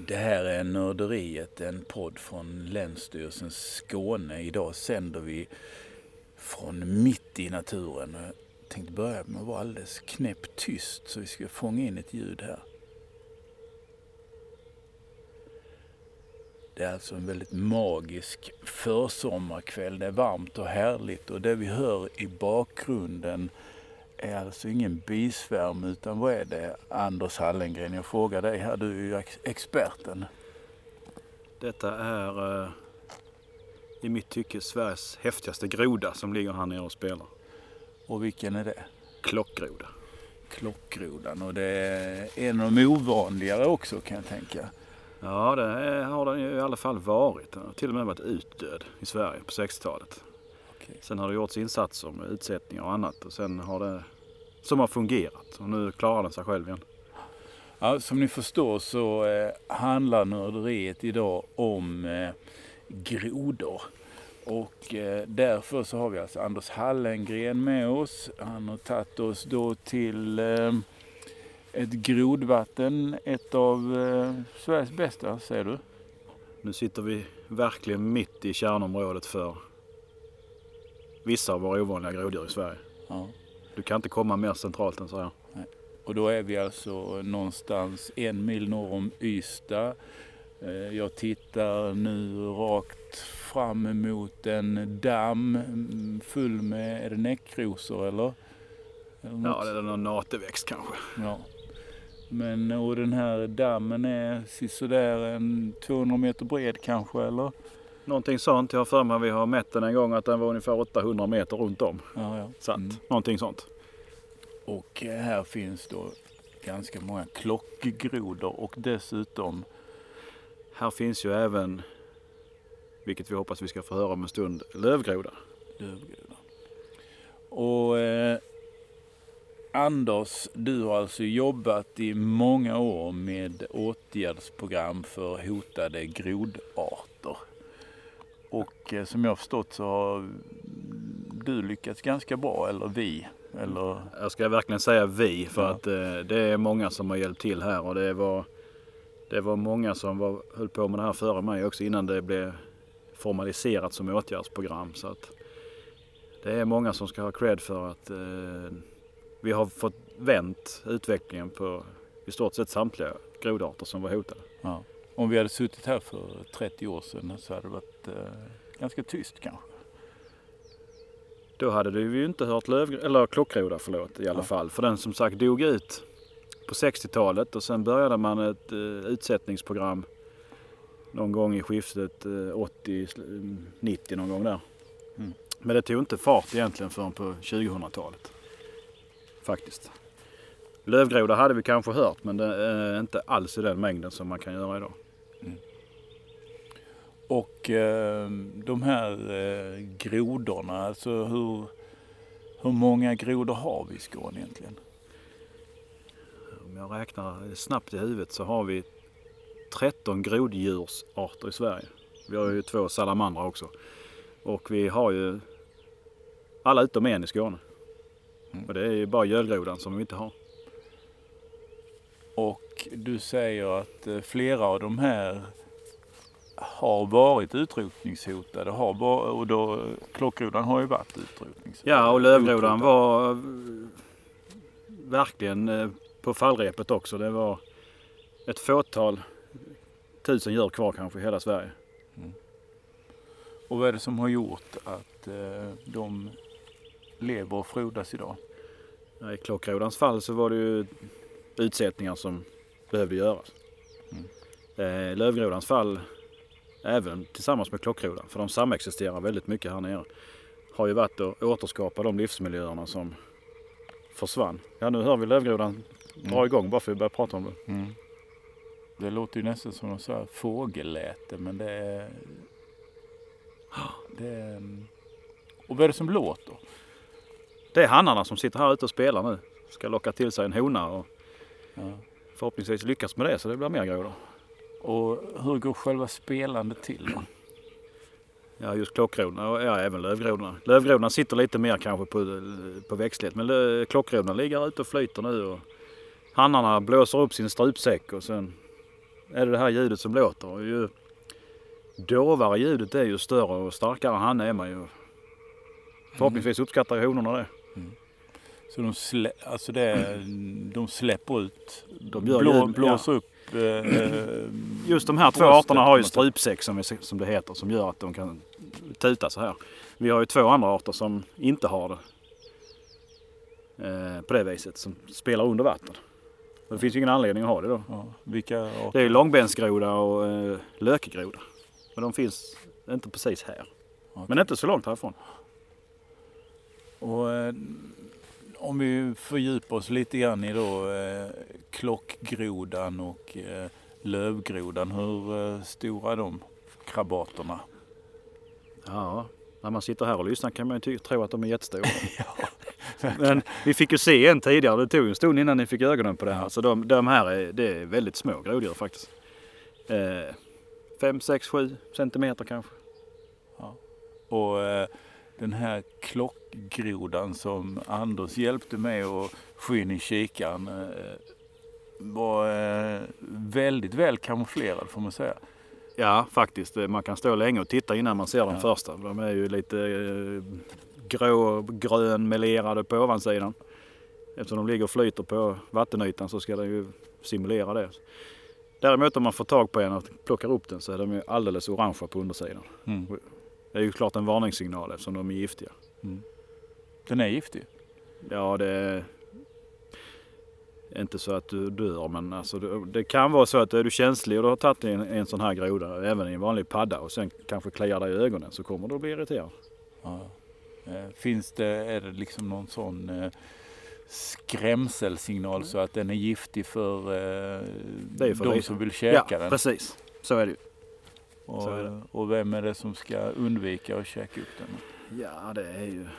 Det här är Nörderiet, en podd från Länsstyrelsen Skåne. Idag sänder vi från mitt i naturen. Jag tänkte börja med att vara alldeles knäpptyst så vi ska fånga in ett ljud här. Det är alltså en väldigt magisk försommarkväll. Det är varmt och härligt och det vi hör i bakgrunden är alltså ingen bisvärm utan vad är det? Anders Hallengren, jag frågar dig här, du är ju experten. Detta är i mitt tycke Sveriges häftigaste groda som ligger här nere och spelar. Och vilken är det? Klockgroda. Klockgrodan, och det är en av de ovanligare också kan jag tänka. Ja, det har den ju i alla fall varit. Den har till och med varit utdöd i Sverige på 60-talet. Okay. Sen har det gjorts insatser med utsättningar och annat och sen har det som har fungerat och nu klarar den sig själv igen. Ja, som ni förstår så handlar Nörderiet idag om grodor. Och därför så har vi alltså Anders Hallengren med oss. Han har tagit oss då till ett grodvatten, ett av Sveriges bästa, säger du? Nu sitter vi verkligen mitt i kärnområdet för vissa av våra ovanliga groddjur i Sverige. Ja. Du kan inte komma mer centralt än så här. Nej. Och då är vi alltså någonstans 1 mil norr om Ystad. Jag tittar nu rakt fram emot en damm full med, är det näckrosor eller? Ja, det är någon nateväxt kanske. Ja. Men och den här dammen är sådär en 200 meter bred kanske eller? Någonting sånt. Jag har för mig vi har mätt den en gång att den var ungefär 800 meter runt om. Ja. Någonting sånt. Och här finns då ganska många klockgrodor och dessutom här finns ju även, vilket vi hoppas vi ska få höra om en stund, lövgroda. Och Anders, du har alltså jobbat i många år med åtgärdsprogram för hotade grodarter. Och som jag har förstått så har du lyckats ganska bra, eller vi? Eller? Jag ska verkligen säga vi, för att det är många som har hjälpt till här och det var många som höll på med det här före mig också innan det blev formaliserat som åtgärdsprogram. Så att det är många som ska ha cred för att vi har fått vänt utvecklingen på i stort sett samtliga grodarter som var hotade. Ja. Om vi hade suttit här för 30 år sedan så hade det varit ganska tyst kanske. Då hade vi ju inte hört klockgroda i alla fall. För den som sagt dog ut på 60-talet och sen började man ett utsättningsprogram någon gång i skiftet 80-90 någon gång där. Mm. Men det tog inte fart egentligen förrän på 2000-talet. Faktiskt. Lövgroda hade vi kanske hört men det är inte alls i den mängden som man kan göra idag. Mm. Och de här grodorna, alltså hur många grodor har vi i Skåne egentligen? Om jag räknar snabbt i huvudet så har vi 13 groddjursarter i Sverige. Vi har ju 2 salamandrar också. Och vi har ju alla utom en i Skåne. Mm. Och det är ju bara gölgrodan som vi inte har. Och du säger att flera av de här har varit utrotningshotade. Och då, klockgrodan har ju varit utrotningshotad. Ja, och lövgrodan var verkligen på fallrepet också. Det var ett fåtal 1000 djur kvar kanske i hela Sverige. Mm. Och vad är det som har gjort att de lever och frodas idag? I klockgrodans fall så var det ju utsättningar som behövde göras. Mm. Lövgrodans fall även tillsammans med klockgrodan, för de samexisterar väldigt mycket här nere, har ju varit att återskapa de livsmiljöerna som försvann. Ja, nu hör vi lövgrodan dra igång bara för att vi börjar prata om det. Mm. Det låter ju nästan som någon så här fågelläte, men det är... Och vad är det som låter? Det är hannarna som sitter här ute och spelar nu. Ska locka till sig en hona och förhoppningsvis lyckas med det så det blir mer grodor. Och hur går själva spelandet till då? Ja, just klockgrodorna och även lövgrodorna. Lövgrodorna sitter lite mer kanske på växtlighet, men klockgrodorna ligger ute och flyter nu och hannarna blåser upp sin strupsäck och sen är det här ljudet som låter. Och ju dovare ljudet är, ju större och starkare han är man ju. Förhoppningsvis uppskattar honorna det. Så de släpper ut, blåser upp. Just de här två arterna har ju strupsäck som det heter, som gör att de kan tuta så här. Vi har ju 2 andra arter som inte har det på det viset, som spelar under vatten. Och det finns ju ingen anledning att ha det då. Ja, vilka arter? Det är långbensgroda och lökegroda. Men de finns inte precis här. Okay. Men inte så långt härifrån. Och om vi fördjupar oss lite grann i då klockgrodan och lövgrodan. Hur stora är de krabaterna? Ja, när man sitter här och lyssnar kan man ju tro att de är jättestora. Ja, men vi fick ju se en tidigare. Det tog en stund innan ni fick ögonen på det här. Så de här det är väldigt små groddjur faktiskt. 5, 6, 7 centimeter kanske. Ja. Och den här klockgrodan som Anders hjälpte mig att få in i kikaren var väldigt väl kamouflerad, får man säga. Ja, faktiskt. Man kan stå länge och titta innan man ser de första. De är ju lite grön-melerade på ovansidan. Eftersom de ligger och flyter på vattenytan så ska de ju simulera det. Däremot om man får tag på en och plockar upp den så är de ju alldeles orangea på undersidan. Det är ju klart en varningssignal eftersom de är giftiga. Den är giftig? Ja, det är inte så att du dör, men alltså, det kan vara så att är du känslig och du har tagit en sån här groda, även i en vanlig padda, och sen kanske kliar dig i ögonen, så kommer du att bli irriterad. Ja. Är det liksom någon sån skrämselsignal så att den är giftig för de som vill käka den? Ja, precis. Så är det ju. Och vem är det som ska undvika att käka upp den? Ja, det är ju...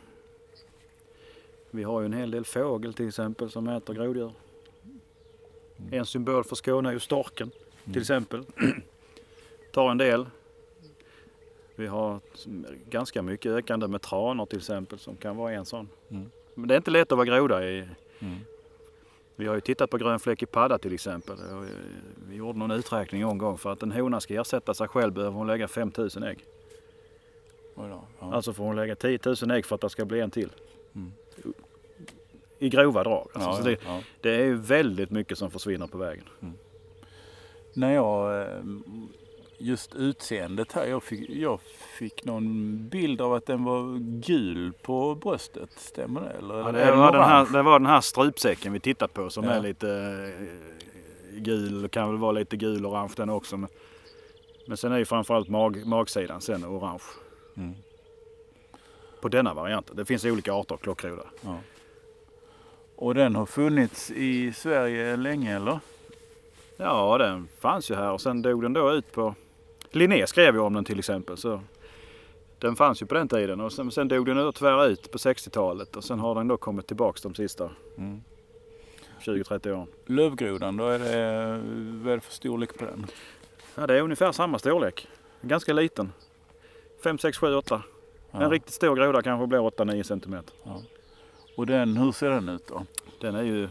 Vi har ju en hel del fågel till exempel som äter groddjur. En symbol för Skåne är ju storken till exempel. Tar en del. Vi har ganska mycket ökande med tranor till exempel som kan vara en sån. Men det är inte lätt att vara groda i. Vi har ju tittat på grönfläckig padda till exempel. Vi gjorde någon uträkning en gång för att en hona ska ersätta sig själv behöver hon lägga 5000 ägg. Alltså får hon lägga 10 000 ägg för att det ska bli en till. I grova drag. Alltså, så det är ju väldigt mycket som försvinner på vägen. När jag just utseendet här, jag fick någon bild av att den var gul på bröstet, stämmer det? Eller? Ja, det var den här strupsäcken vi tittat på som är lite gul, kan väl vara lite gul och orange den också. Men sen är ju framförallt magsidan sen orange. På denna varianten. Det finns olika arter av klockgroda. Ja. Och den har funnits i Sverige länge, eller? Ja, den fanns ju här och sen dog den då ut på... Linné skrev ju om den till exempel. Så den fanns ju på den tiden och sen dog den tyvärr ut på 60-talet. Och sen har den då kommit tillbaka de sista 20-30 åren. Lövgrodan, vad är det för storlek på den? Ja, det är ungefär samma storlek. Ganska liten. 5, 6, 7, 8. Ja. En riktigt stor groda kanske blir 8-9 centimeter. Ja. Och hur ser den ut då? Den är ju...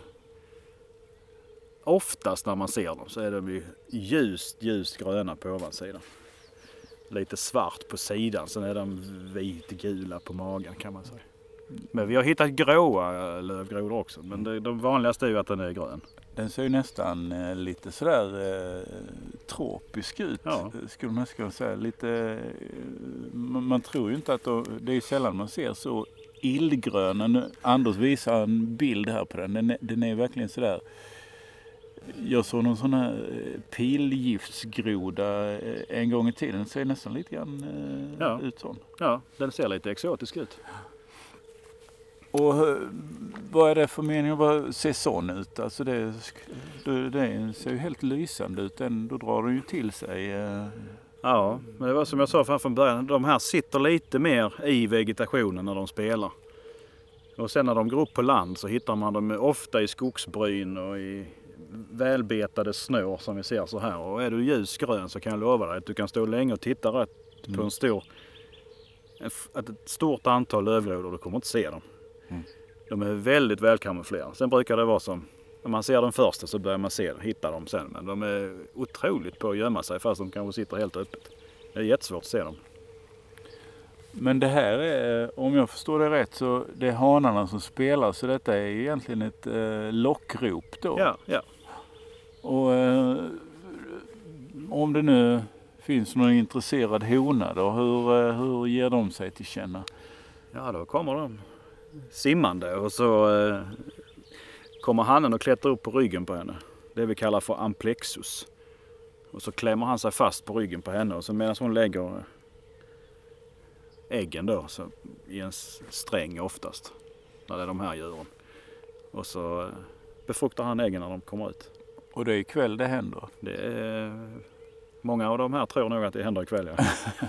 Oftast när man ser dem så är de ju ljust gröna på ovansidan. Lite svart på sidan, sen är de vitgula på magen kan man säga. Men vi har hittat gråa lövgrodor också, men de vanligaste är ju att den är grön. Den ser ju nästan lite sådär tropisk ut, skulle man nästan säga. Lite, man tror ju inte att det är sällan man ser så illgröna. Anders visar en bild här på den. Den är verkligen sådär. Jag såg någon sån här pilgiftsgroda en gång i tiden. Den ser nästan lite grann ut sån. Ja, den ser lite exotisk ut. Och vad är det för mening att se sån ut? Alltså det ser ju helt lysande ut. Då drar den ju till sig. Ja, men det var som jag sa från början. De här sitter lite mer i vegetationen när de spelar. Och sen när de går upp på land så hittar man dem ofta i skogsbryn och i välbetade snår som vi ser så här. Och är du ljusgrön så kan jag lova dig att du kan stå länge och titta rätt på ett stort antal lövgrodor och du kommer inte se dem. De är väldigt välkamouflerade. Sen brukar det vara som När man ser den första så börjar man hitta dem sen. Men de är otroligt på att gömma sig fast de kanske sitter helt öppet. Det är jättesvårt att se dem. Men det här är, om jag förstår det rätt, så det är hanarna som spelar, så detta är egentligen ett lockrop då. Ja. Och om det nu finns någon intresserad hona då, hur ger de sig till känna? Ja, då kommer de simmande och så kommer hannen och klättrar upp på ryggen på henne. Det vi kallar för amplexus. Och så klämmer han sig fast på ryggen på henne och så medan hon lägger äggen då så i en sträng oftast när det är de här djuren. Och så befruktar han äggen när de kommer ut. Och det är ikväll det händer? Det är, många av de här tror nog att det händer ikväll, ja.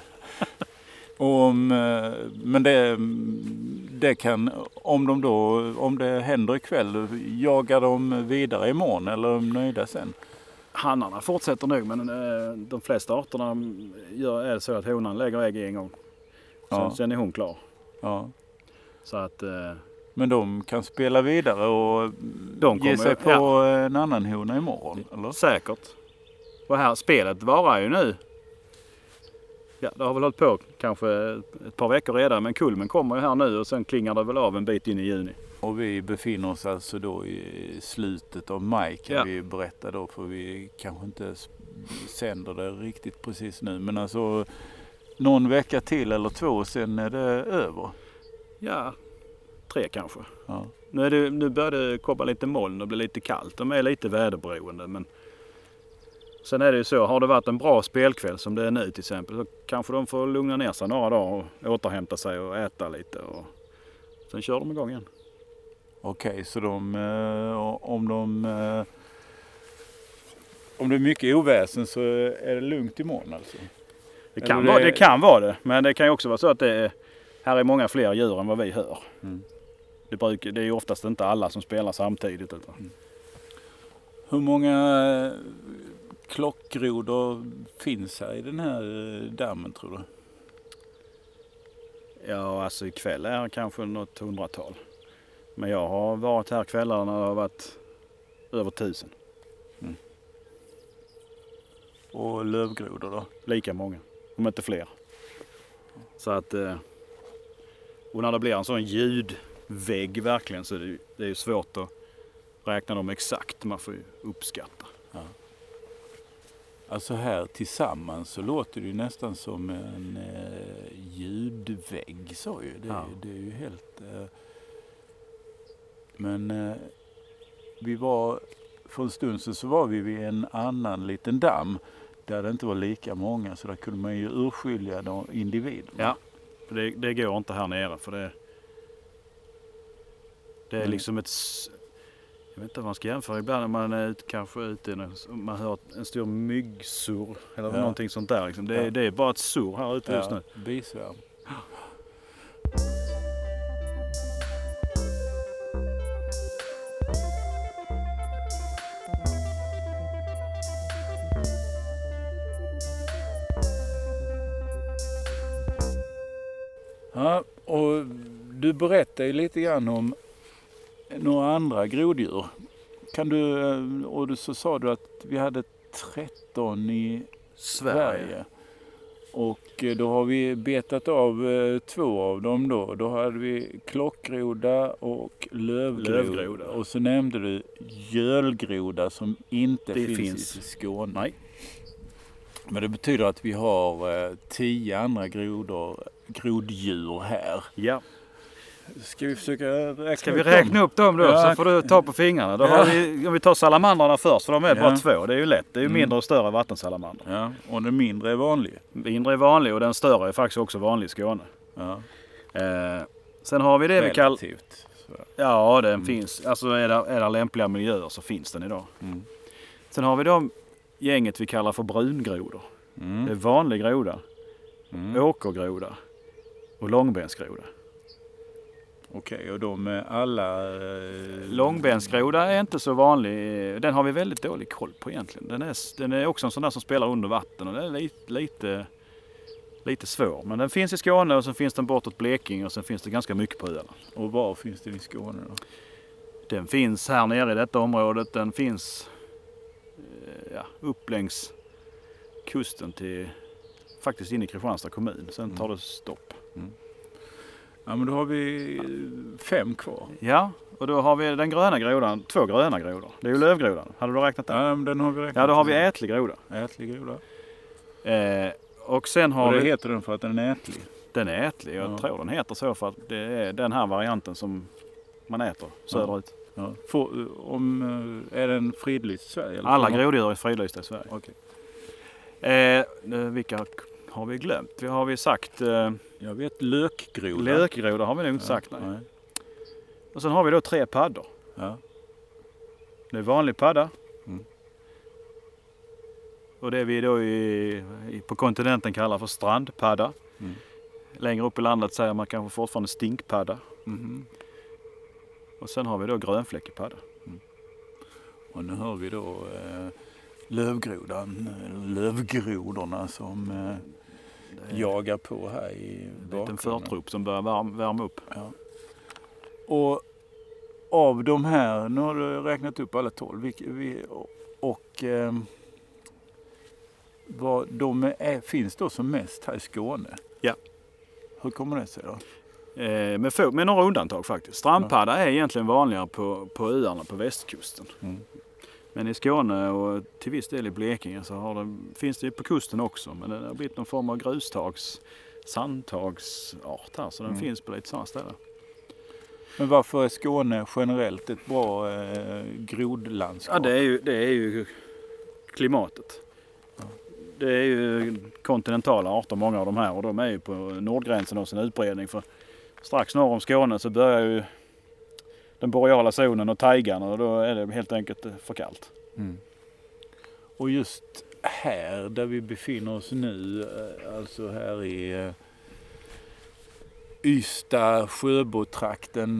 Men det kan, om det händer ikväll, jagar de vidare imorgon eller är de nöjda sen? Hannarna fortsätter nog, men de flesta arterna är det så att honan lägger ägg en gång. Sen är hon klar. Ja. Så att, men de kan spela vidare och ge sig på en annan hona imorgon, eller? Säkert. Och här, spelet varar ju nu. Ja, det har väl hållit på kanske ett par veckor redan, men kulmen kommer ju här nu och sen klingar det väl av en bit in i juni. Och vi befinner oss alltså då i slutet av maj kan vi berätta då, för vi kanske inte sänder det riktigt precis nu. Men alltså någon vecka till eller 2 sen är det över. Ja, 3 kanske. Ja. Nu börjar det komma lite moln och bli lite kallt. De är lite väderberoende, men sen är det ju så, har det varit en bra spelkväll som det är nu till exempel, så kanske de får lugna ner sig några dagar och återhämta sig och äta lite och sen kör de igång igen. Okej, så om det är mycket oväsen så är det lugnt imorgon alltså? Det kan vara det, men det kan ju också vara så att här är många fler djur än vad vi hör. Mm. Det är ju oftast inte alla som spelar samtidigt. Utan. Hur många klockgrodor finns här i den här dammen, tror du? Ja, alltså ikväll är det kanske något 100-tal. Men jag har varit här kvällarna när det har varit över 1000. Mm. Och lövgrodor då? Lika många, om inte fler. Så att, och när det blir en sån ljudvägg verkligen så det är ju svårt att räkna dem exakt. Man får ju uppskatta. Ja. Alltså här tillsammans så låter det ju nästan som en ljudvägg, så ju. Det är ju helt... Men vi var, för en stund sedan så var vi vid en annan liten damm där det inte var lika många, så där kunde man ju urskilja de individerna. Ja, det går inte här nere, för det är liksom ett... Jag vet inte vad man ska jämföra. Ibland när man är kanske ute man hör en stor myggsurr eller någonting sånt där. Liksom. Det är bara ett surr här ute just nu. Bisvärm. Ja, och du berättade ju lite grann om några andra groddjur. Så sa du att vi hade 13 i Sverige. Och då har vi betat av 2 av dem då. Då hade vi klockgroda och lövgroda. Och så nämnde du gölgroda som inte finns i Skåne. Nej. Men det betyder att vi har 10 andra groddjur här. Ja. Ska vi försöka räkna upp dem då, så får du ta på fingrarna. Då har vi, om vi tar salamandrarna först, för de är bara 2. Det är ju lätt. Det är ju mindre och större vattensalamandrar. Ja, och den mindre är vanlig. Mindre är vanlig och den större är faktiskt också vanlig i Skåne. Ja. Sen har vi det vi kallar... Så. Ja, den finns. Alltså är det lämpliga miljöer så finns den idag. Mm. Sen har vi de gänget vi kallar för brungrodor. Det är vanlig groda, åkergroda och långbensgroda. Okej, och de är alla... Långbensgroda är inte så vanlig. Den har vi väldigt dålig koll på egentligen. Den är också en sån där som spelar under vatten och den är lite svår. Men den finns i Skåne och så finns den bortåt Blekinge och sen finns det ganska mycket på öarna. Och var finns det i Skåne då? Den finns här nere i detta området. Den finns upp längs kusten till faktiskt in i Kristianstad kommun. Sen tar det stopp. Ja, men då har vi 5 kvar. Ja, och då har vi den gröna grodan, 2 gröna grodor. Det är ju lövgrodan. Hade du räknat den? Ja, men den har vi räknat. Ja, då har vi ätlig groda. Ätlig groda. Och sen har det vi... heter den för att den är ätlig. Den är ätlig. Jag tror den heter så för att det är den här varianten som man äter söderut. Ja. Är den fridlyst i Sverige? Eller Alla grodor är fridlysta i Sverige. Okej. Vilka har vi glömt? Vi har vi sagt... Jag vet lökgroda. Lökgroda har vi nog inte sagt. Nej. Och sen har vi då 3 paddor. Ja. Det är vanlig padda. Mm. Och det vi då på kontinenten kallar för strandpadda. Mm. Längre upp i landet säger man kanske fortfarande stinkpadda. Mm. Och sen har vi då grönfläckig padda. Och nu hör vi då lövgrodorna som jagar på här i bakgrunden. En liten förtrupp som börjar värma upp. Ja. Och av de här, nu har du räknat upp alla 12. Vad de finns då som mest här i Skåne? Ja. Hur kommer det sig då? Med några undantag faktiskt. Strandpadda är egentligen vanligare på öarna på västkusten. Mm. Men i Skåne och till viss del i Blekinge så finns det på kusten också. Men det har blivit någon form av sandtagsart här. Så den finns på lite sådana ställen. Men varför är Skåne generellt ett bra grodlandskap? Ja, det är ju klimatet. Ja. Det är ju kontinentala arter, många av de här. Och de är ju på nordgränsen av sin utbredning. För strax norr om Skåne så börjar ju den boreala zonen och taigan. Och då är det helt enkelt för kallt. Mm. Och just här där vi befinner oss nu, alltså här i Ystad, Sjöbo-trakten,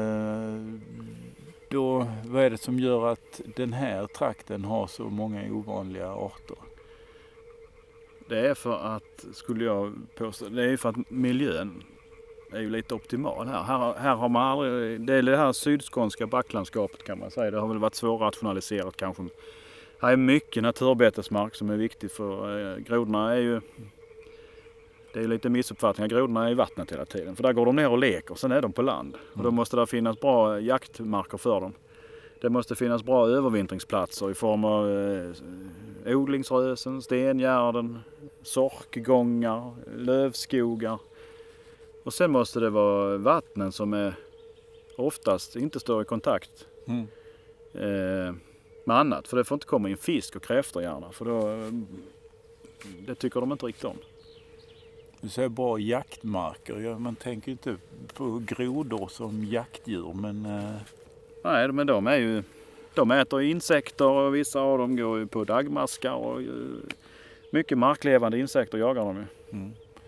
då, vad är det som gör att den här trakten har så många ovanliga arter? Det är för att, skulle jag påstå, det är för att miljön är ju lite optimal här. Här har man aldrig, det är det här sydskånska backlandskapet kan man säga. Det har väl varit svårrationaliserat kanske. Här är mycket naturbetesmark som är viktigt för grodorna är ju... Det är lite missuppfattningar. Grodorna är i vattnet hela tiden. För där går de ner och leker. Sen är de på land. Och då måste det finnas bra jaktmarker för dem. Det måste finnas bra övervintringsplatser i form av odlingsrösen, stengärden, sorkgångar, lövskogar. Och sen måste det vara vattnen som är oftast inte står i kontakt med annat. För det får inte komma in fisk och kräftor gärna. För då, det tycker de inte riktigt om. Du säger bra jaktmarker. Man tänker inte på grodor som jaktdjur, men... Nej, men de äter insekter och vissa av dem går ju på daggmaskar och mycket marklevande insekter jagar de ju. Mm.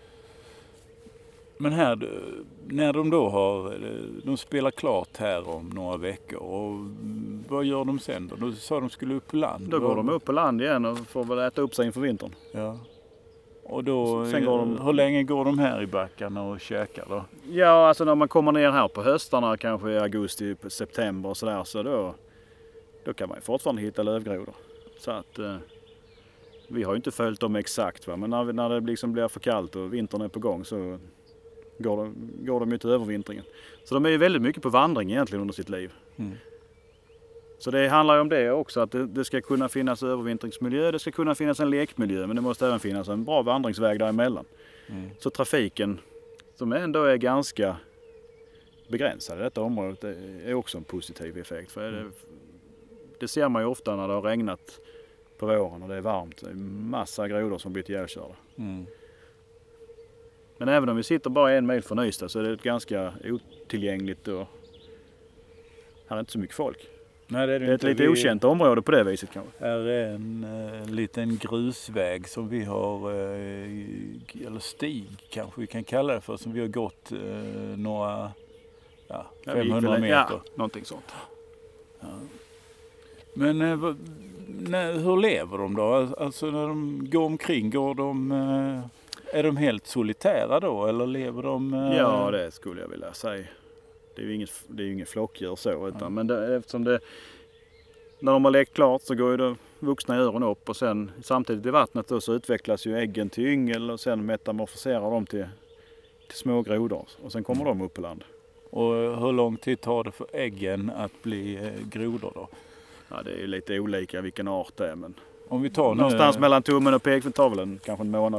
Men här, när de då de spelar klart här om några veckor, och vad gör de sen då? Du sa de skulle upp på land. Då går de upp på land igen och får väl äta upp sig inför vintern. Ja. Och då, sen hur länge går de här i backarna och käkar då? Ja, alltså när man kommer ner här på höstarna, kanske i augusti, september och sådär, så då kan man ju fortfarande hitta lövgrodor. Så att vi har ju inte följt dem exakt, va? Men när det liksom blir för kallt och vintern är på gång så går de ju till övervintringen. Så de är ju väldigt mycket på vandring egentligen under sitt liv. Mm. Så det handlar ju om det också, att det ska kunna finnas övervintringsmiljö, det ska kunna finnas en lekmiljö, men det måste även finnas en bra vandringsväg däremellan. Mm. Så trafiken, som ändå är ganska begränsad i detta området, är också en positiv effekt. För det ser man ju ofta när det har regnat på våren och det är varmt. Det är massa grodor som blivit ihjälkörda. Mm. Men även om vi sitter bara 1 mil från Ystad så är det ganska otillgängligt och här är inte så mycket folk. Nej, det är ett lite okänt område på det viset kanske. Här är en liten grusväg som vi har, eller stig kanske vi kan kalla det för, som vi har gått några 500 meter. Ja, någonting sånt. Ja. Men hur lever de då? Alltså när de går omkring, är de helt solitära då eller lever de? Ja, det skulle jag vilja säga. Det är ju inget flockdjur så. Utan, men eftersom när de har lekt klart så går ju de vuxna djuren upp och sen samtidigt i vattnet då, så utvecklas ju äggen till yngel och sen metamorfoserar de till små grodor och sen kommer de upp på land. Och hur lång tid tar det för äggen att bli grodor då? Ja, det är ju lite olika vilken art det är, men Om vi tar någonstans mellan tummen och pekfingret tar väl kanske en månad.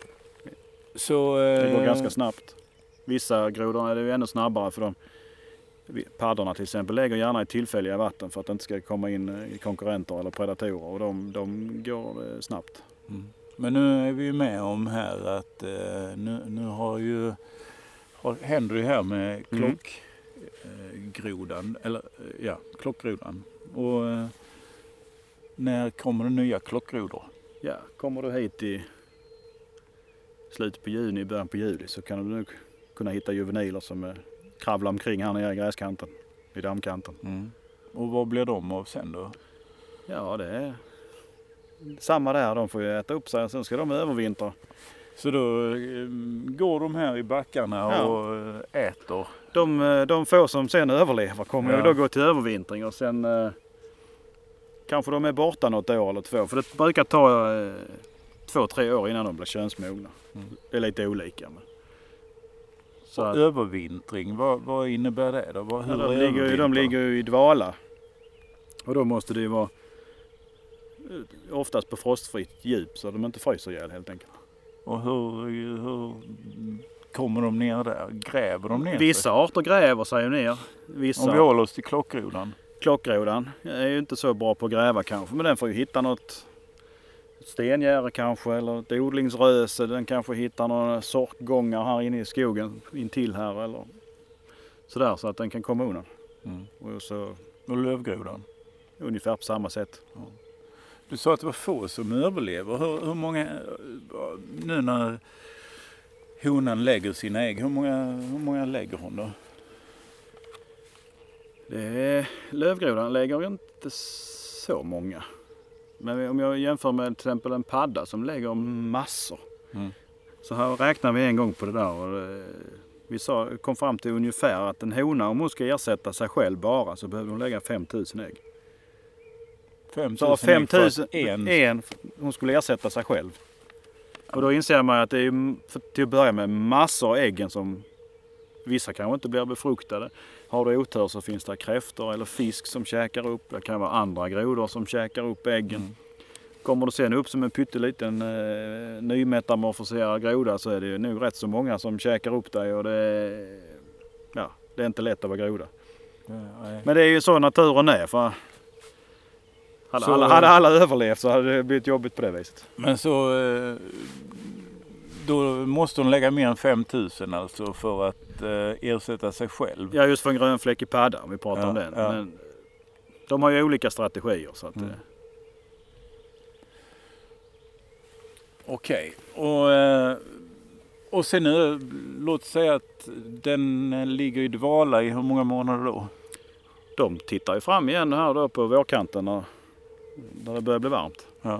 Så, det går ganska snabbt. Vissa grodor är det ju ännu snabbare för paddorna till exempel lägger gärna i tillfälliga vatten för att det inte ska komma in i konkurrenter eller predatorer och de går snabbt. Mm. Men nu är vi ju med om här att nu händer det här med klockgrodan, klockgrodan. Och när kommer det nya klockgrodor? Ja, kommer du hit i slutet på juni, början på juli så kan du nog kunna hitta juveniler som kravlar omkring här nere i gräskanten, i dammkanten. Mm. Och vad blir de av sen då? Ja, det är samma där. De får ju äta upp sig och sen ska de övervintra. Så då går de här i backarna och äter? De få som sen överlever kommer ju då gå till övervintring och sen kanske de är borta något år eller två. För det brukar ta 2-3 år innan de blir könsmogna. Mm. Det är lite olika. Men. Så att, övervintring, vad innebär det då? De ligger ju i dvala. Och då måste det ju vara oftast på frostfritt djup så de inte fryser ihjäl helt enkelt. Och hur kommer de ner där? Gräver de ner Vissa arter gräver sig ju ner. Om vi håller oss till klockgrodan. Klockgrodan är ju inte så bra på att gräva kanske, men den får ju hitta något stengärde kanske eller ett odlingsröse. Den kanske hittar några sorkgångar här inne i skogen intill här eller sådär så att den kan komma undan. Mm. Och lövgrodan? Ungefär på samma sätt. Ja. Du sa att det var få som överlever. Hur många, nu när honan lägger sina ägg, hur många lägger hon då? Lövgrodan lägger inte så många. Men om jag jämför med till exempel en padda som lägger massor. Mm. Så här räknar vi en gång på det där. Och vi kom fram till ungefär att en hona, om hon ska ersätta sig själv bara, så behöver hon lägga 5000 ägg. 5000 en hon skulle ersätta sig själv. Och då inser man att det är till att börja med massor av äggen som vissa kanske inte blir befruktade. Har du otur så finns det kräftor eller fisk som käkar upp. Det kan vara andra grodor som käkar upp äggen. Mm. Kommer du sen upp som en pytteliten nymetamorfoserad groda så är det ju nog rätt så många som käkar upp dig och det är inte lätt att vara groda. Men det är ju så naturen är. För hade alla överlevt så hade det blivit jobbigt på det viset. Men så då måste hon lägga mer än 5000 alltså för att ersätta sig själv. Ja, just för en grön fläck i padda om vi pratar om den. Ja. Men de har ju olika strategier. Så att, Okej. Och sen nu, låt säga att den ligger i dvala i hur många månader då? De tittar ju fram igen här då på vårkanten när det börjar bli varmt. Ja.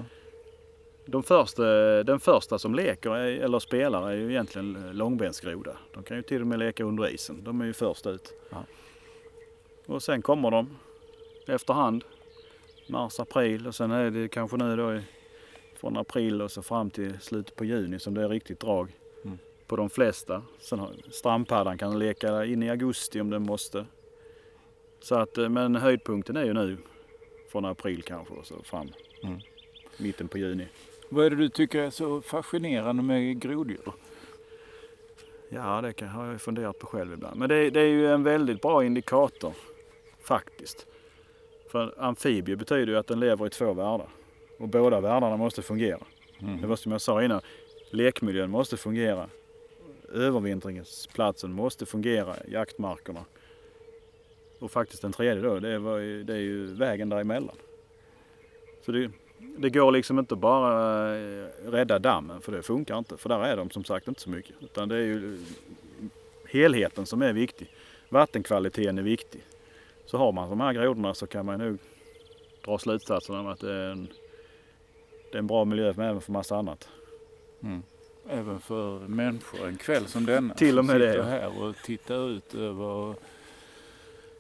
Den första som leker eller spelar är ju egentligen långbensgroda. De kan ju till och med leka under isen. De är ju först ut. Ja. Och sen kommer de efterhand. Mars, april och sen är det kanske nu då från april och så fram till slutet på juni som det är riktigt drag på de flesta. Sen strandpaddan kan leka in i augusti om den måste. Så att, men höjdpunkten är ju nu från april kanske och så fram mitten på juni. Vad är det du tycker är så fascinerande med groddjur? Ja, det har jag funderat på själv ibland. Men det är ju en väldigt bra indikator faktiskt. För amfibie betyder ju att den lever i 2 världar. Och båda världarna måste fungera. Det var som jag sa innan. Lekmiljön måste fungera. Övervintringsplatsen måste fungera. Jaktmarkerna. Och faktiskt den tredje då, det är ju vägen däremellan. Så det går liksom inte bara rädda dammen, för det funkar inte. För där är de som sagt inte så mycket. Utan det är ju helheten som är viktig. Vattenkvaliteten är viktig. Så har man de här grodorna så kan man nog dra slutsatsen om att det är en bra miljö även för massa annat. Mm. Även för människor en kväll som denna. Till och med det. Sitter här och tittar ut över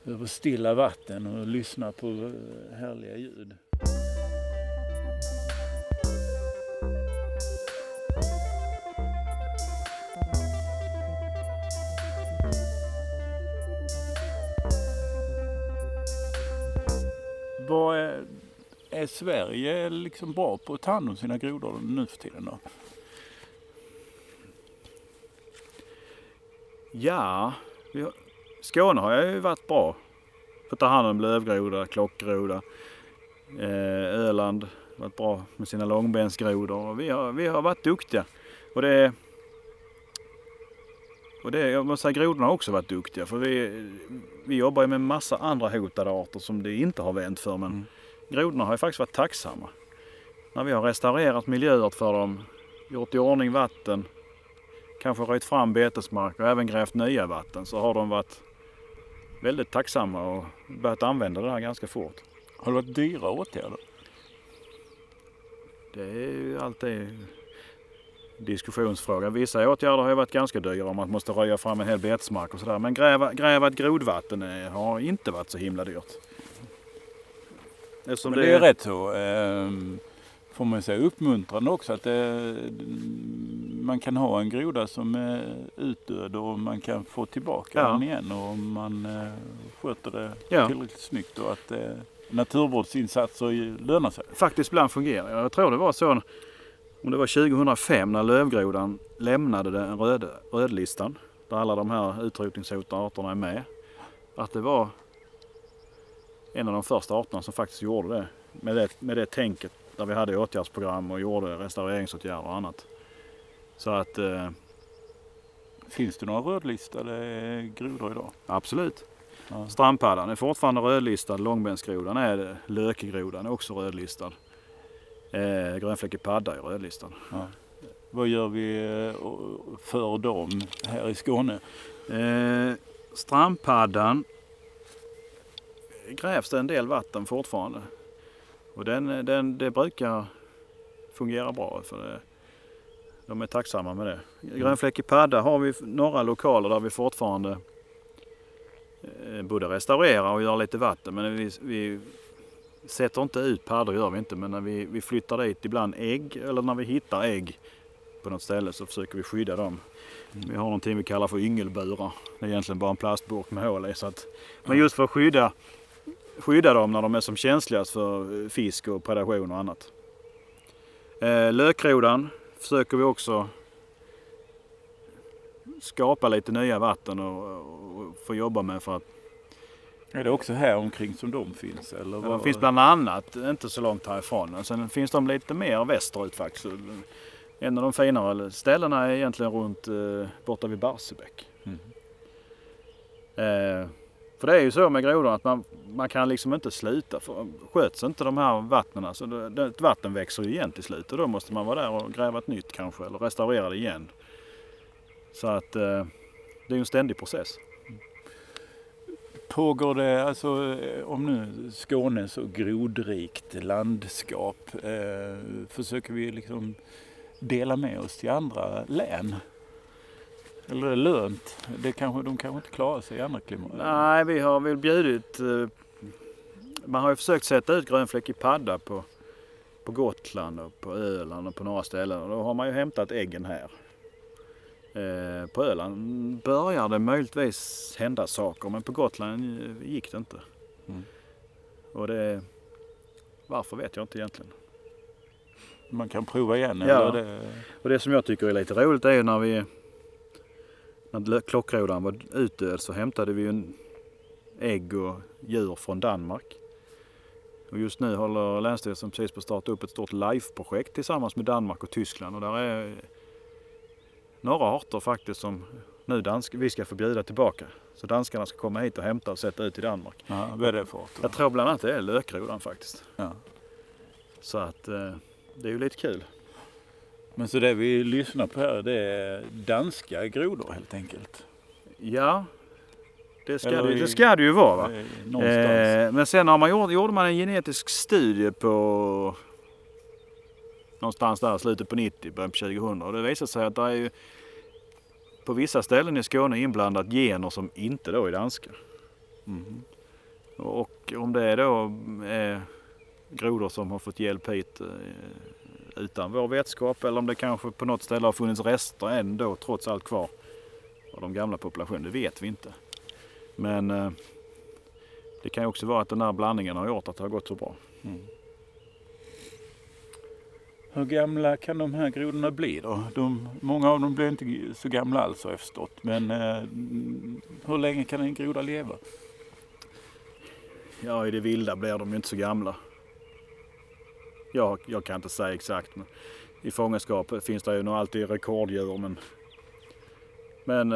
över stilla vatten och lyssna på härliga ljud. Vad är Sverige liksom bra på att ta hand om sina grodor nu för tiden då? Ja, Skåne har ju varit bra för att ta hand om lövgroda, klockgroda. Öland har varit bra med sina långbensgrodor. Vi har varit duktiga. Och jag måste säga, grodorna har också varit duktiga. För vi jobbar ju med massa andra hotade arter som det inte har vänt för. Men grodorna har ju faktiskt varit tacksamma. När vi har restaurerat miljöer för dem, gjort i ordning vatten, kanske röjt fram betesmark och även grävt nya vatten, så har de varit väldigt tacksamma och börjat använda det här ganska fort. Har det varit dyra åtgärder? Det är ju alltid diskussionsfråga. Vissa åtgärder har ju varit ganska dyra om man måste röja fram en hel betesmark och sådär. Men gräva ett grodvatten har inte varit så himla dyrt. Men det är rätt så, får man säga, uppmuntrande också att man kan ha en groda som är utdöd och man kan få tillbaka den igen och man sköter det tillräckligt snyggt och att naturvårdsinsatser lönar sig. Faktiskt ibland fungerar. Jag tror det var så, om det var 2005 när lövgrodan lämnade den rödlistan där alla de här utrotningshotade arterna är med, att det var en av de första arterna som faktiskt gjorde det med det tänket, där vi hade åtgärdsprogram och gjorde restaureringsåtgärder och annat. Så att finns det några rödlistade grodor idag? Absolut. Ja. Strandpaddan är fortfarande rödlistad, långbensgrodan är lökgrodan är också rödlistad. Grönfläckig padda är rödlistad. Ja. Vad gör vi för dem här i Skåne? Strandpaddan grävs det en del vatten fortfarande. Och det brukar fungera bra, för de är tacksamma med det. Grönfläckig padda har vi några lokaler där vi fortfarande både restaurerar och gör lite vatten. Men vi sätter inte ut paddor, gör vi inte. Men när vi flyttar dit ibland ägg, eller när vi hittar ägg på något ställe, så försöker vi skydda dem. Vi har någonting vi kallar för yngelburar. Det är egentligen bara en plastburk med hål i. Men just för att skydda dem när de är som känsligast för fisk och predation och annat. Lökgrodan försöker vi också skapa lite nya vatten och få jobba med för att... Är det också här omkring som de finns? Eller de finns bland annat inte så långt härifrån. Sen finns de lite mer västerut faktiskt. En av de finare ställena är egentligen runt borta vid Barsebäck. För det är ju så med grodorna att man kan liksom inte sluta. Sköts inte de här vattnena, så ett vatten växer ju igen till slut. Och då måste man vara där och gräva ett nytt kanske, eller restaurera det igen. Så att det är ju en ständig process. Pågår det, alltså om nu Skåne är så grodrikt landskap, försöker vi liksom dela med oss till andra län? Eller är det lönt? De kanske inte klarar sig i andra klimat. Nej, vi har väl bjudit... Man har ju försökt sätta ut grönfläckig padda på Gotland och på Öland och på några ställen. Och då har man ju hämtat äggen här. På Öland börjar det möjligtvis hända saker, men på Gotland gick det inte. Och varför vet jag inte egentligen. Man kan prova igen. Ja. Eller Och det som jag tycker är lite roligt är ju när klockgrodan var utdöd, så hämtade vi ju ägg och djur från Danmark. Och just nu håller Länsstyrelsen precis på att starta upp ett stort LIFE-projekt tillsammans med Danmark och Tyskland. Och där är några arter faktiskt som nu vi ska förbjuda tillbaka. Så danskarna ska komma hit och hämta och sätta ut i Danmark. Ja, vad är det för arter? Jag tror bland annat det är lökgrodan faktiskt. Ja. Så att det är ju lite kul. Men så det vi lyssnar på här, det är danska grodor helt enkelt? Ja, det ska det ju vara, va? Men sen gjorde man en genetisk studie på någonstans där slutet på 90, början på 2000. Och det visade sig att det är ju på vissa ställen i Skåne inblandat gener som inte då är danska. Och om det då är grodor som har fått hjälp hit utan vår vetskap, eller om det kanske på något ställe har funnits rester ändå trots allt kvar av de gamla populationerna, det vet vi inte. Men det kan ju också vara att den här blandningen har gjort att det har gått så bra. Mm. Hur gamla kan de här grodorna bli då? Många av dem blir inte så gamla alls, har jag förstått. Men hur länge kan en groda leva? Ja, i det vilda blir de ju inte så gamla. Jag kan inte säga exakt, men i fångenskap finns det ju nog alltid rekorddjur. Men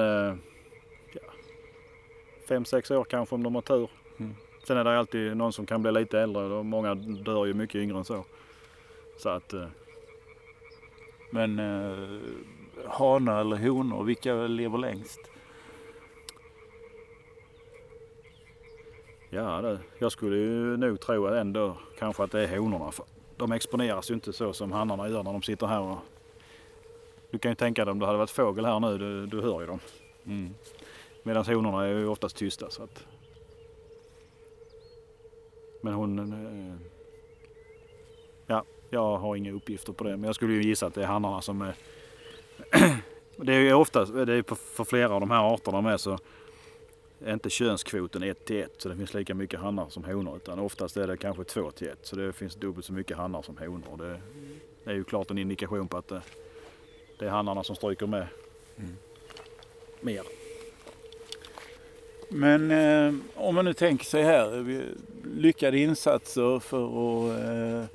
5-6 år kanske om de har tur. Mm. Sen är det alltid någon som kan bli lite äldre och många dör ju mycket yngre än så. Så att... Men hanar eller honor, vilka lever längst? Ja, jag skulle ju nog tro ändå kanske att det är honorna. För de exponeras ju inte så som hannarna gör när de sitter här. Och du kan ju tänka dig om det hade varit fågel här nu, du hör ju dem. Mm. Medan honorna är ju oftast tysta. Så att... Men hon... Ja, jag har inga uppgifter på det. Men jag skulle ju gissa att det är hannarna som är... Det är ju oftast, det är för flera av de här arterna med så är inte könskvoten 1-1 så det finns lika mycket hannar som honor, utan oftast är det kanske 2-1 så det finns dubbelt så mycket hannar som honor. Det är ju klart en indikation på att det är hannarna som stryker med mer. Men om man nu tänker sig här, lyckade insatser för att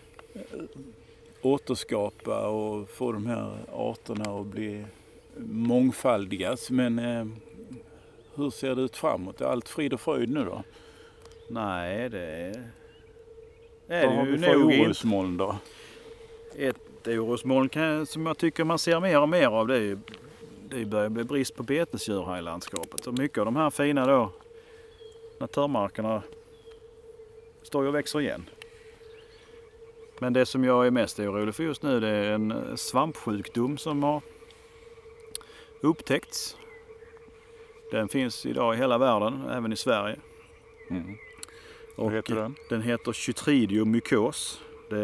återskapa och få de här arterna att bli mångfaldigas, men hur ser det ut framåt? Är allt frid och fröjd nu då? Nej, det är vad har vi för orosmoln då? Ett orosmoln som jag tycker man ser mer och mer av, det börjar bli brist på betesdjur här i landskapet. Och mycket av de här fina då naturmarkerna står ju och växer igen. Men det som jag är mest orolig för just nu, det är en svampsjukdom som har upptäckts. Den finns idag i hela världen, även i Sverige. Mm. Och vad heter den? Den heter Chytridium mykos.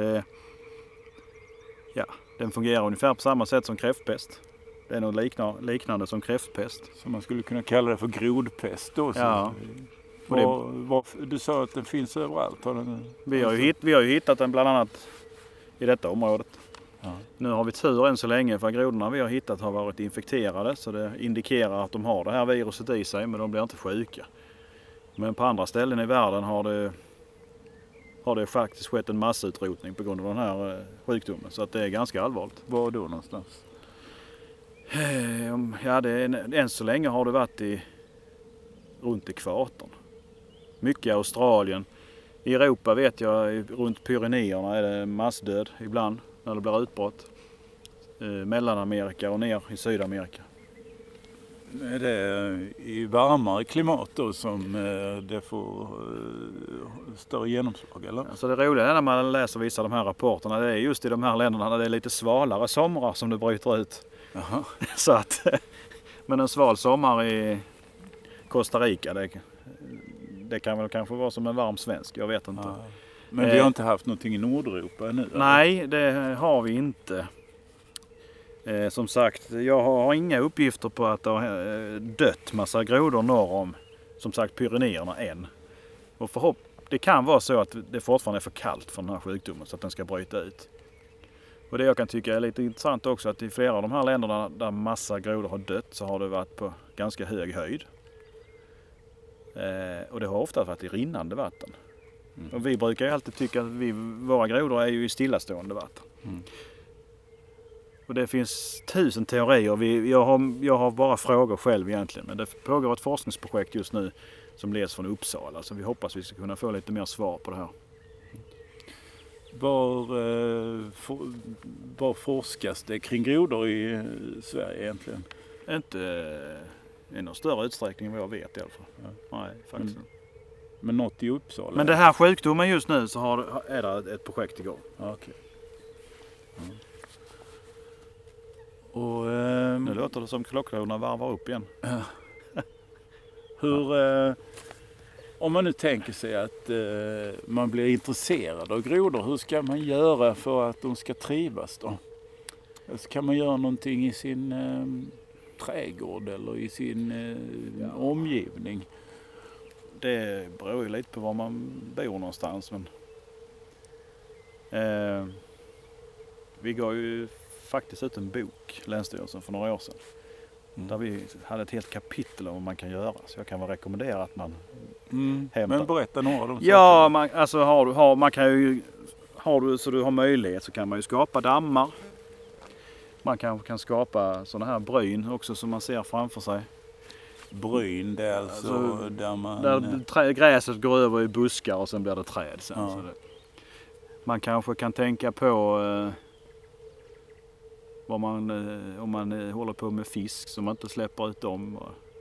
Den fungerar ungefär på samma sätt som kräftpest. Det är något liknande som kräftpest. Så man skulle kunna kalla det för grodpest då? Ja. Du sa att den finns överallt. Vi har ju hittat den bland annat i detta området. Ja. Nu har vi tur än så länge för grodorna vi har hittat har varit infekterade, så det indikerar att de har det här viruset i sig, men de blir inte sjuka. Men på andra ställen i världen har det faktiskt skett en massutrotning på grund av den här sjukdomen, så att det är ganska allvarligt. Var då någonstans? Ja, än så länge har det varit runt ekvatorn. Mycket i Australien. I Europa vet jag, runt Pyrenéerna är det massdöd ibland när det blir utbrott. Mellanamerika och ner i Sydamerika. Är det i varmare klimat då som det får större genomslag, eller? Alltså det roliga är när man läser vissa av de här rapporterna, det är just i de här länderna där det är lite svalare somrar som det bryter ut. Jaha. Så att, men en sval sommar i Costa Rica, det kan väl kanske vara som en varm svensk, jag vet inte. Ja. Men vi har inte haft någonting i Nordeuropa ännu? Nej, det har vi inte. Som sagt, jag har inga uppgifter på att det har dött massa grodor norr om, som sagt, Pyrenéerna än. Och det kan vara så att det fortfarande är för kallt för den här sjukdomen så att den ska bryta ut. Och det jag kan tycka är lite intressant också, att i flera av de här länderna där massa grodor har dött så har det varit på ganska hög höjd. Och det har ofta varit i rinnande vatten. Mm. Och vi brukar ju alltid tycka att våra grodor är ju i stillastående vatten. Mm. Och det finns 1000 teorier. Jag har bara frågor själv egentligen. Men det pågår ett forskningsprojekt just nu som leds från Uppsala. Så vi hoppas vi ska kunna få lite mer svar på det här. Var forskas det kring grodor i Sverige egentligen? Inte i någon större utsträckning vad jag vet i alla fall. Ja. Nej, faktiskt. Men något i Uppsala? Men det här sjukdomen just nu så är det ett projekt igång. Ja, okej. Mm. Och, nu låter det som klockrorna varvar upp igen. om man nu tänker sig att man blir intresserad av grodor, hur ska man göra för att de ska trivas då? Alltså, kan man göra någonting i sin trädgård eller i sin omgivning? Det beror ju lite på var man bor någonstans. Men, vi gav ju faktiskt ut en bok, Länsstyrelsen, för några år sedan. Där vi hade ett helt kapitel om vad man kan göra. Så jag kan väl rekommendera att man hämtar. Men berätta några av dem. Ja, man kan ju, har du så du har möjlighet så kan man ju skapa dammar. Man kan skapa sådana här bryn också som man ser framför sig. Bryn, det är alltså där man... Där gräset går över i buskar och sen blir det träd sen. Ja. Så man kanske kan tänka på vad om man håller på med fisk som man inte släpper ut dem.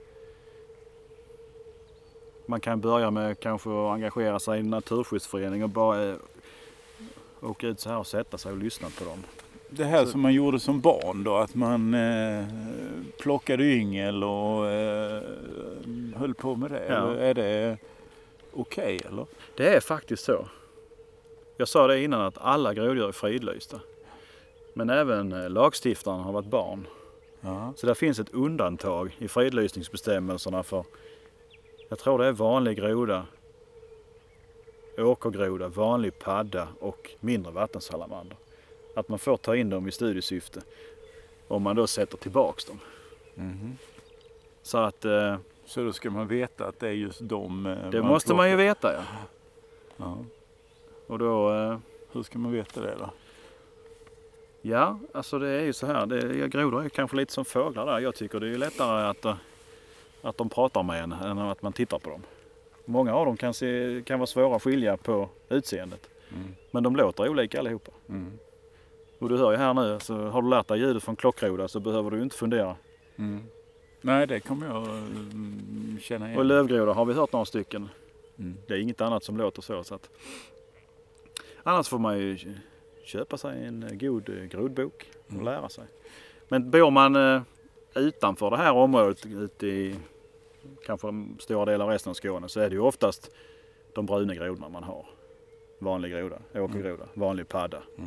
Man kan börja med kanske att engagera sig i en naturskyddsförening och bara åka ut så här och sätta sig och lyssna på dem. Det här som man gjorde som barn då, att man plockade yngel och höll på med det. Ja. Eller är det okej, eller? Det är faktiskt så. Jag sa det innan att alla groddjur är fridlysta. Men även lagstiftaren har varit barn. Ja. Så där finns ett undantag i fridlysningsbestämmelserna för, jag tror det är vanlig groda, åkergroda, vanlig padda och mindre vattensalamander. Att man får ta in dem i studiesyfte om man då sätter tillbaks dem. Mm-hmm. Så att... Så då ska man veta att det är just dem det måste man ju veta, ja. Ja. Och då... Hur ska man veta det då? Ja, alltså det är ju så här. Grodor är kanske lite som fåglar där. Jag tycker det är lättare att de pratar med en än att man tittar på dem. Många av dem kan vara svåra att skilja på utseendet. Mm. Men de låter olika allihopa. Mm. Och du hör ju här nu, så har du lärt dig ljudet från klockroda så behöver du inte fundera. Mm. Nej, det kommer jag känna igen. Och lövgroda har vi hört några stycken. Mm. Det är inget annat som låter så att... Annars får man ju köpa sig en god grodbok och lära sig. Men bor man utanför det här området, ute i kanske stora delar av resten av Skåne, så är det ju oftast de bruna grodorna man har. Vanlig groda, åkergroda, vanlig padda. Mm.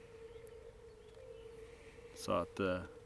Så att...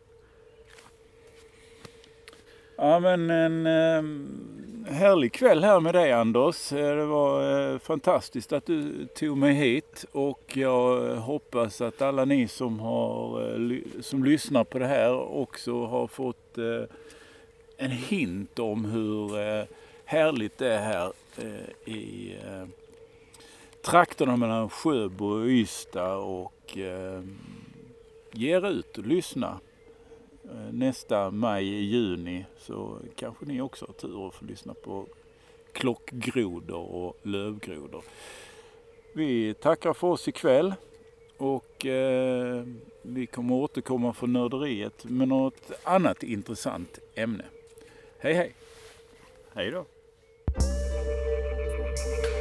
Ja, men en härlig kväll här med dig, Anders. Det var fantastiskt att du tog mig hit och jag hoppas att alla ni som lyssnar på det här också har fått en hint om hur härligt det är här i trakterna mellan Sjöbo och Ystad, och ge er ut och lyssna. Nästa maj, juni, så kanske ni också har tur att få lyssna på klockgrodor och lövgrodor. Vi tackar för oss ikväll och vi kommer återkomma för nörderiet med något annat intressant ämne. Hej hej! Hej då!